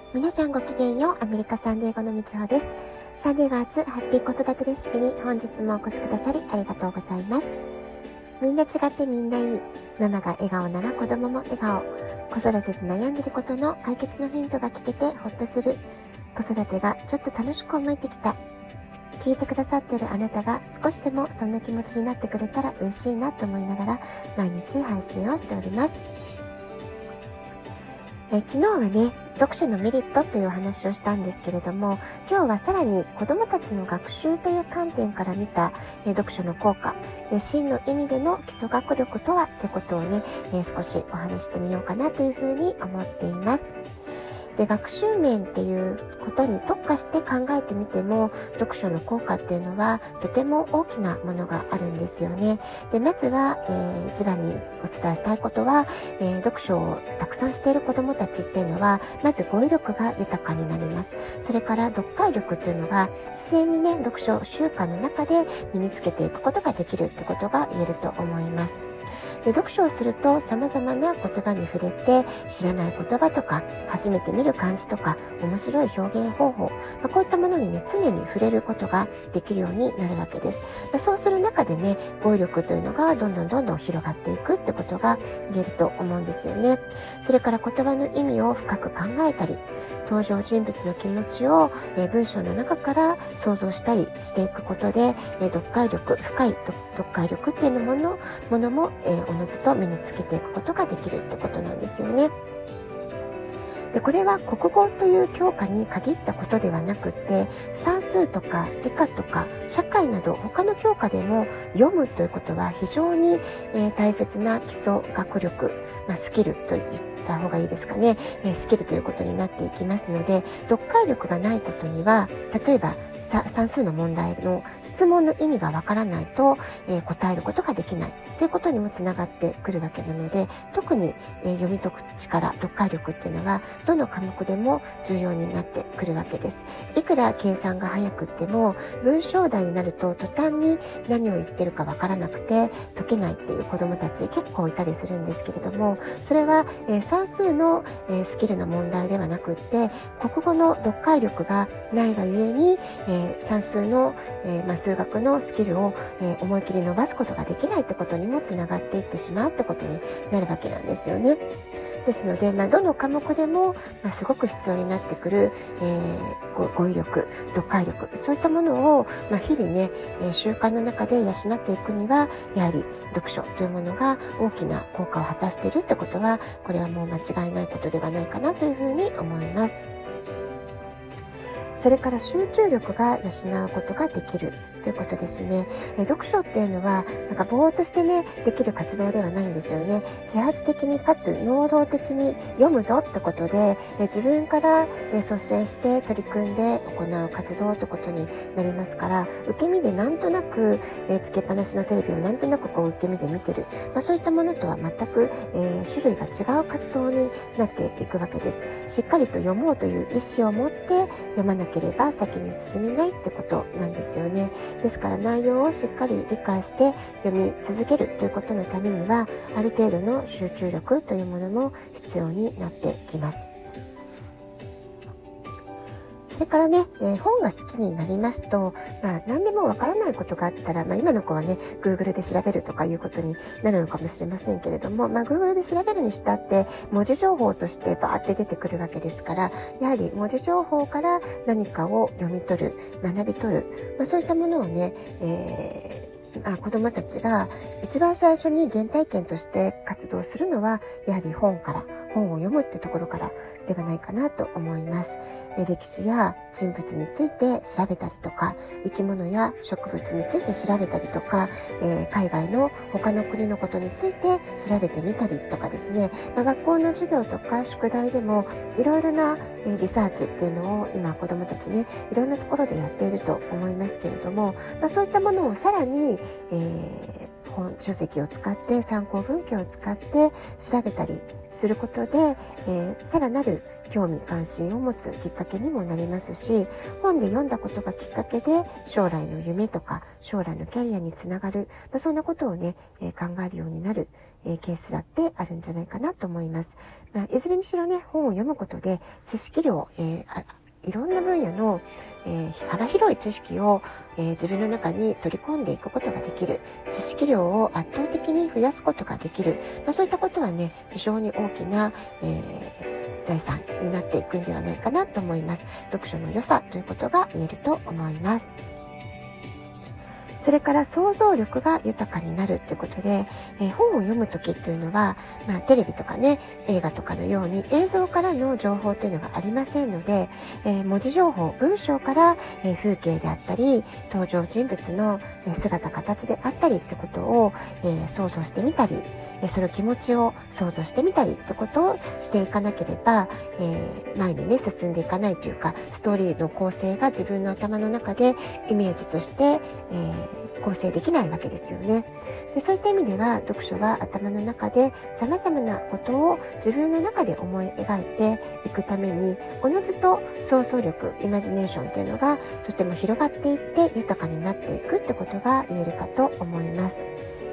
皆さんごきげんよう。アメリカサンディエゴのみちほです。サンディエゴ発ハッピー子育てレシピに本日もお越しくださりありがとうございます。みんな違ってみんないい。ママが笑顔なら子供も笑顔。子育てで悩んでることの解決のヒントが聞けてほっとする。子育てがちょっと楽しく思えてきた。聞いてくださっているあなたが少しでもそんな気持ちになってくれたら嬉しいなと思いながら毎日配信をしております。昨日はね、読書のメリットというお話をしたんですけれども、今日はさらに子どもたちの学習という観点から見た、読書の効果、真の意味での基礎学力とはってことをね、少しお話してみようかなというふうに思っています。で、学習面っていうことに特化して考えてみても、読書の効果っていうのはとても大きなものがあるんですよね。で、まずは、一番にお伝えしたいことは、読書をたくさんしている子どもたちっていうのは、まず語彙力が豊かになります。それから読解力っていうのが自然にね、読書習慣の中で身につけていくことができるってことが言えると思います。で、読書をすると様々な言葉に触れて、知らない言葉とか初めて見る漢字とか面白い表現方法、こういったものにね、常に触れることができるようになるわけです。そうする中でね、語彙力というのがどんどん広がっていくってことが言えると思うんですよね。それから言葉の意味を深く考えたり、登場人物の気持ちを、文章の中から想像したりしていくことで、読解力、深い読解力っていうものも、おのずと身につけていくことができるってことなんですよね。で、これは国語という教科に限ったことではなくて、算数とか理科とか社会など他の教科でも読むということは非常に、大切な基礎学力、スキルと言った方がいいですかね、スキルということになっていきますので、読解力がないことには、例えば算数の問題の質問の意味がわからないと、答えることができないということにもつながってくるわけなので、特に、読み解く力、読解力っていうのはどの科目でも重要になってくるわけです。いくら計算が早くっても文章題になると途端に何を言ってるかわからなくて解けないっていう子どもたち結構いたりするんですけれども、それは、算数の、スキルの問題ではなくって、国語の読解力がないがゆえに、算数の、数学のスキルを、思い切り伸ばすことができないってことにもつながっていってしまうってことになるわけなんですよね。ですので、どの科目でも、すごく必要になってくる、語彙力、読解力、そういったものを、日々ね、習慣の中で養っていくには、やはり読書というものが大きな効果を果たしているってことは、これはもう間違いないことではないかなというふうに思います。それから集中力が養うことができるということですね。読書っていうのはぼーっとしてねできる活動ではないんですよね。自発的にかつ能動的に読むぞってことで、自分から率先して取り組んで行う活動ということになりますから、受け身でなんとなく、つけっぱなしのテレビをなんとなく受け身で見てる、そういったものとは全く、種類が違う活動になっていくわけです。しっかりと読もうという意思を持って読まなければ先に進めないってことなんですよね。ですから内容をしっかり理解して読み続けるということのためには、ある程度の集中力というものも必要になってきます。それからね、本が好きになりますと、何でもわからないことがあったら、今の子はね、Google で調べるとかいうことになるのかもしれませんけれども、Google で調べるにしたって、文字情報としてバーって出てくるわけですから、やはり文字情報から何かを読み取る、学び取る、そういったものをね、子どもたちが一番最初に原体験として活動するのは、やはり本を読むってところからではないかなと思います。歴史や人物について調べたりとか、生き物や植物について調べたりとか、海外の他の国のことについて調べてみたりとかですね、学校の授業とか宿題でもいろいろなリサーチっていうのを今子どもたちね、いろんなところでやっていると思いますけれども、そういったものをさらに、本書籍を使って参考文献を使って調べたりすることで、さらなる興味関心を持つきっかけにもなりますし、本で読んだことがきっかけで将来の夢とか将来のキャリアにつながる、そんなことをね、考えるようになる、 ケースだってあるんじゃないかなと思います。いずれにしろね、本を読むことで知識量、いろんな分野の、幅広い知識を、自分の中に取り込んでいくことができる。知識量を圧倒的に増やすことができる。そういったことはね、非常に大きな、財産になっていくんではないかなと思います。読書の良さということが言えると思います。それから想像力が豊かになるということで、本を読むときというのは、テレビとかね、映画とかのように映像からの情報というのがありませんので、文字情報、文章から、風景であったり、登場人物の姿、形であったりということを、想像してみたり、その気持ちを想像してみたりということをしていかなければ、前にね、進んでいかないというか、ストーリーの構成が自分の頭の中でイメージとして、構成できないわけですよね。で、そういった意味では読書は頭の中で様々なことを自分の中で思い描いていくために、おのずと想像力、イマジネーションというのがとても広がっていって豊かになっていくってことが言えるかと思います。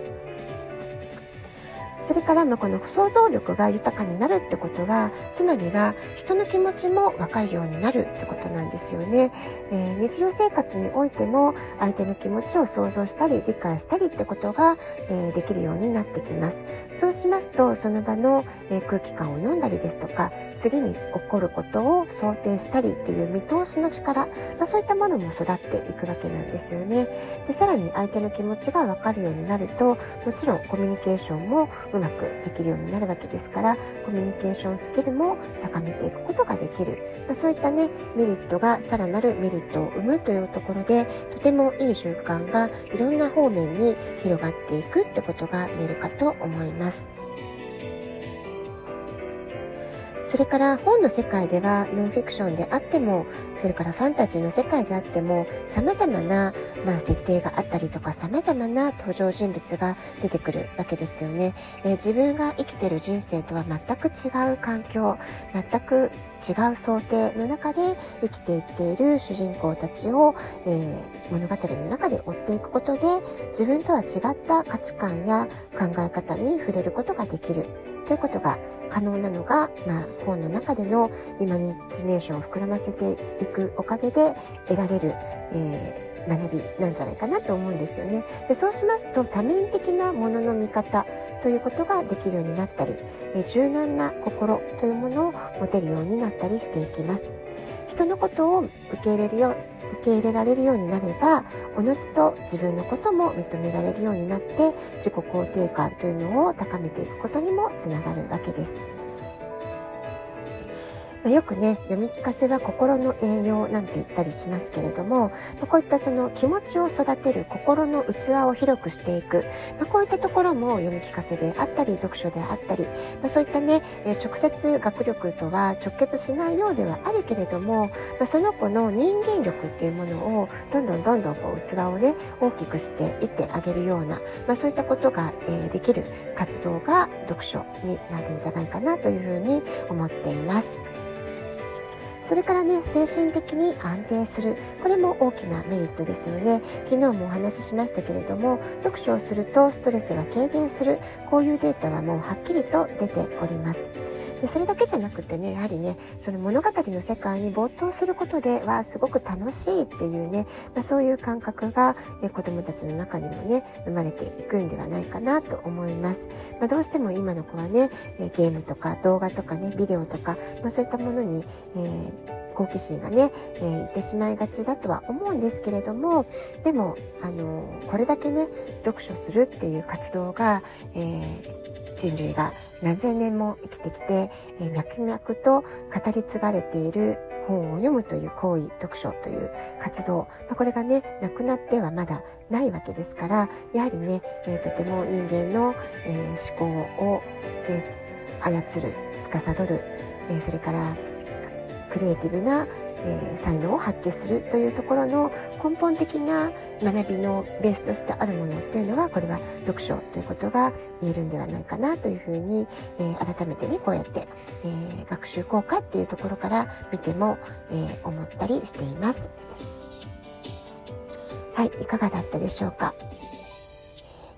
それから、この想像力が豊かになるってことは、つまりは人の気持ちも分かるようになるってことなんですよね。日常生活においても相手の気持ちを想像したり理解したりってことが、できるようになってきます。そうしますと、その場の、空気感を読んだりですとか、次に起こることを想定したりっていう見通しの力、そういったものも育っていくわけなんですよね。で、さらに相手の気持ちが分かるようになると、もちろんコミュニケーションもうまくできるようになるわけですから、コミュニケーションスキルも高めていくことができる。そういったね、メリットがさらなるメリットを生むというところで、とてもいい習慣がいろんな方面に広がっていくってことが言えるかと思います。それから本の世界ではノンフィクションであっても、それからファンタジーの世界であっても、様々な、設定があったりとか、様々な登場人物が出てくるわけですよね。自分が生きている人生とは全く違う環境、全く違う想定の中で生きていっている主人公たちを、物語の中で追っていくことで、自分とは違った価値観や考え方に触れることができるということが可能なのが、本の中でのイマジネーションを膨らませていくおかげで得られる、学びなんじゃないかなと思うんですよね。で、そうしますと多面的なものの見方ということができるようになったり、柔軟な心というものを持てるようになったりしていきます。人のことを受け入れられるようになれば、おのずと自分のことも認められるようになって、自己肯定感というのを高めていくことにもつながるわけです。よくね、読み聞かせは心の栄養なんて言ったりしますけれども、こういったその気持ちを育てる心の器を広くしていく、こういったところも読み聞かせであったり、読書であったり、そういったね、直接学力とは直結しないようではあるけれども、その子の人間力っていうものをどんどんこう器をね、大きくしていってあげるような、そういったことが、できる活動が読書になるんじゃないかなというふうに思っています。それからね、精神的に安定する。これも大きなメリットですよね。昨日もお話ししましたけれども、読書をするとストレスが軽減する。こういうデータはもうはっきりと出ております。で、それだけじゃなくてね、やはりね、その物語の世界に没頭することではすごく楽しいっていうね、そういう感覚が子供たちの中にもね、生まれていくんではないかなと思います。どうしても今の子はね、ゲームとか動画とかね、ビデオとか、そういったものに、好奇心がね、いってしまいがちだとは思うんですけれども、でもこれだけね、読書するっていう活動が、人類が何千年も生きてきて、脈々と語り継がれている本を読むという行為、読書という活動、これがね、なくなってはまだないわけですから、やはりね、とても人間の、思考を、操る、司る、それからクリエイティブな、才能を発揮するというところの根本的な学びのベースとしてあるものっていうのは、これは読書ということが言えるんではないかなというふうに、改めてね、こうやって、学習効果っていうところから見ても、思ったりしています。はい、いかがだったでしょうか。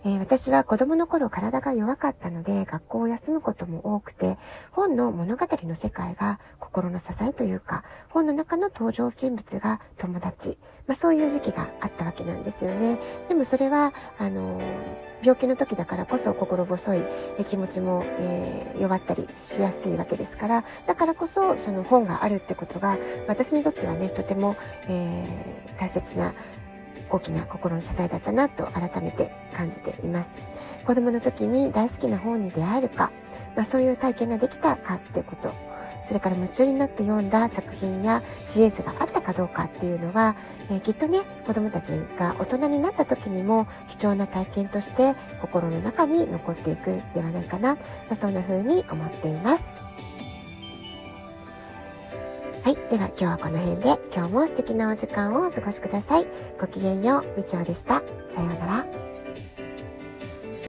私は子供の頃体が弱かったので学校を休むことも多くて、本の物語の世界が心の支えというか、本の中の登場人物が友達、そういう時期があったわけなんですよね。でもそれは病気の時だからこそ心細い気持ちも、弱ったりしやすいわけですから、だからこそその本があるってことが私にとってはね、とても、大切な大きな心の支えだったなと改めて感じています。子供の時に大好きな本に出会えるか、そういう体験ができたかってこと、それから夢中になって読んだ作品やシリーズがあったかどうかっていうのは、きっとね、子供たちが大人になった時にも貴重な体験として心の中に残っていくんではないかな、そんな風に思っています。はい。では今日はこの辺で、今日も素敵なお時間をお過ごしください。ごきげんよう。みちおでした。さようなら。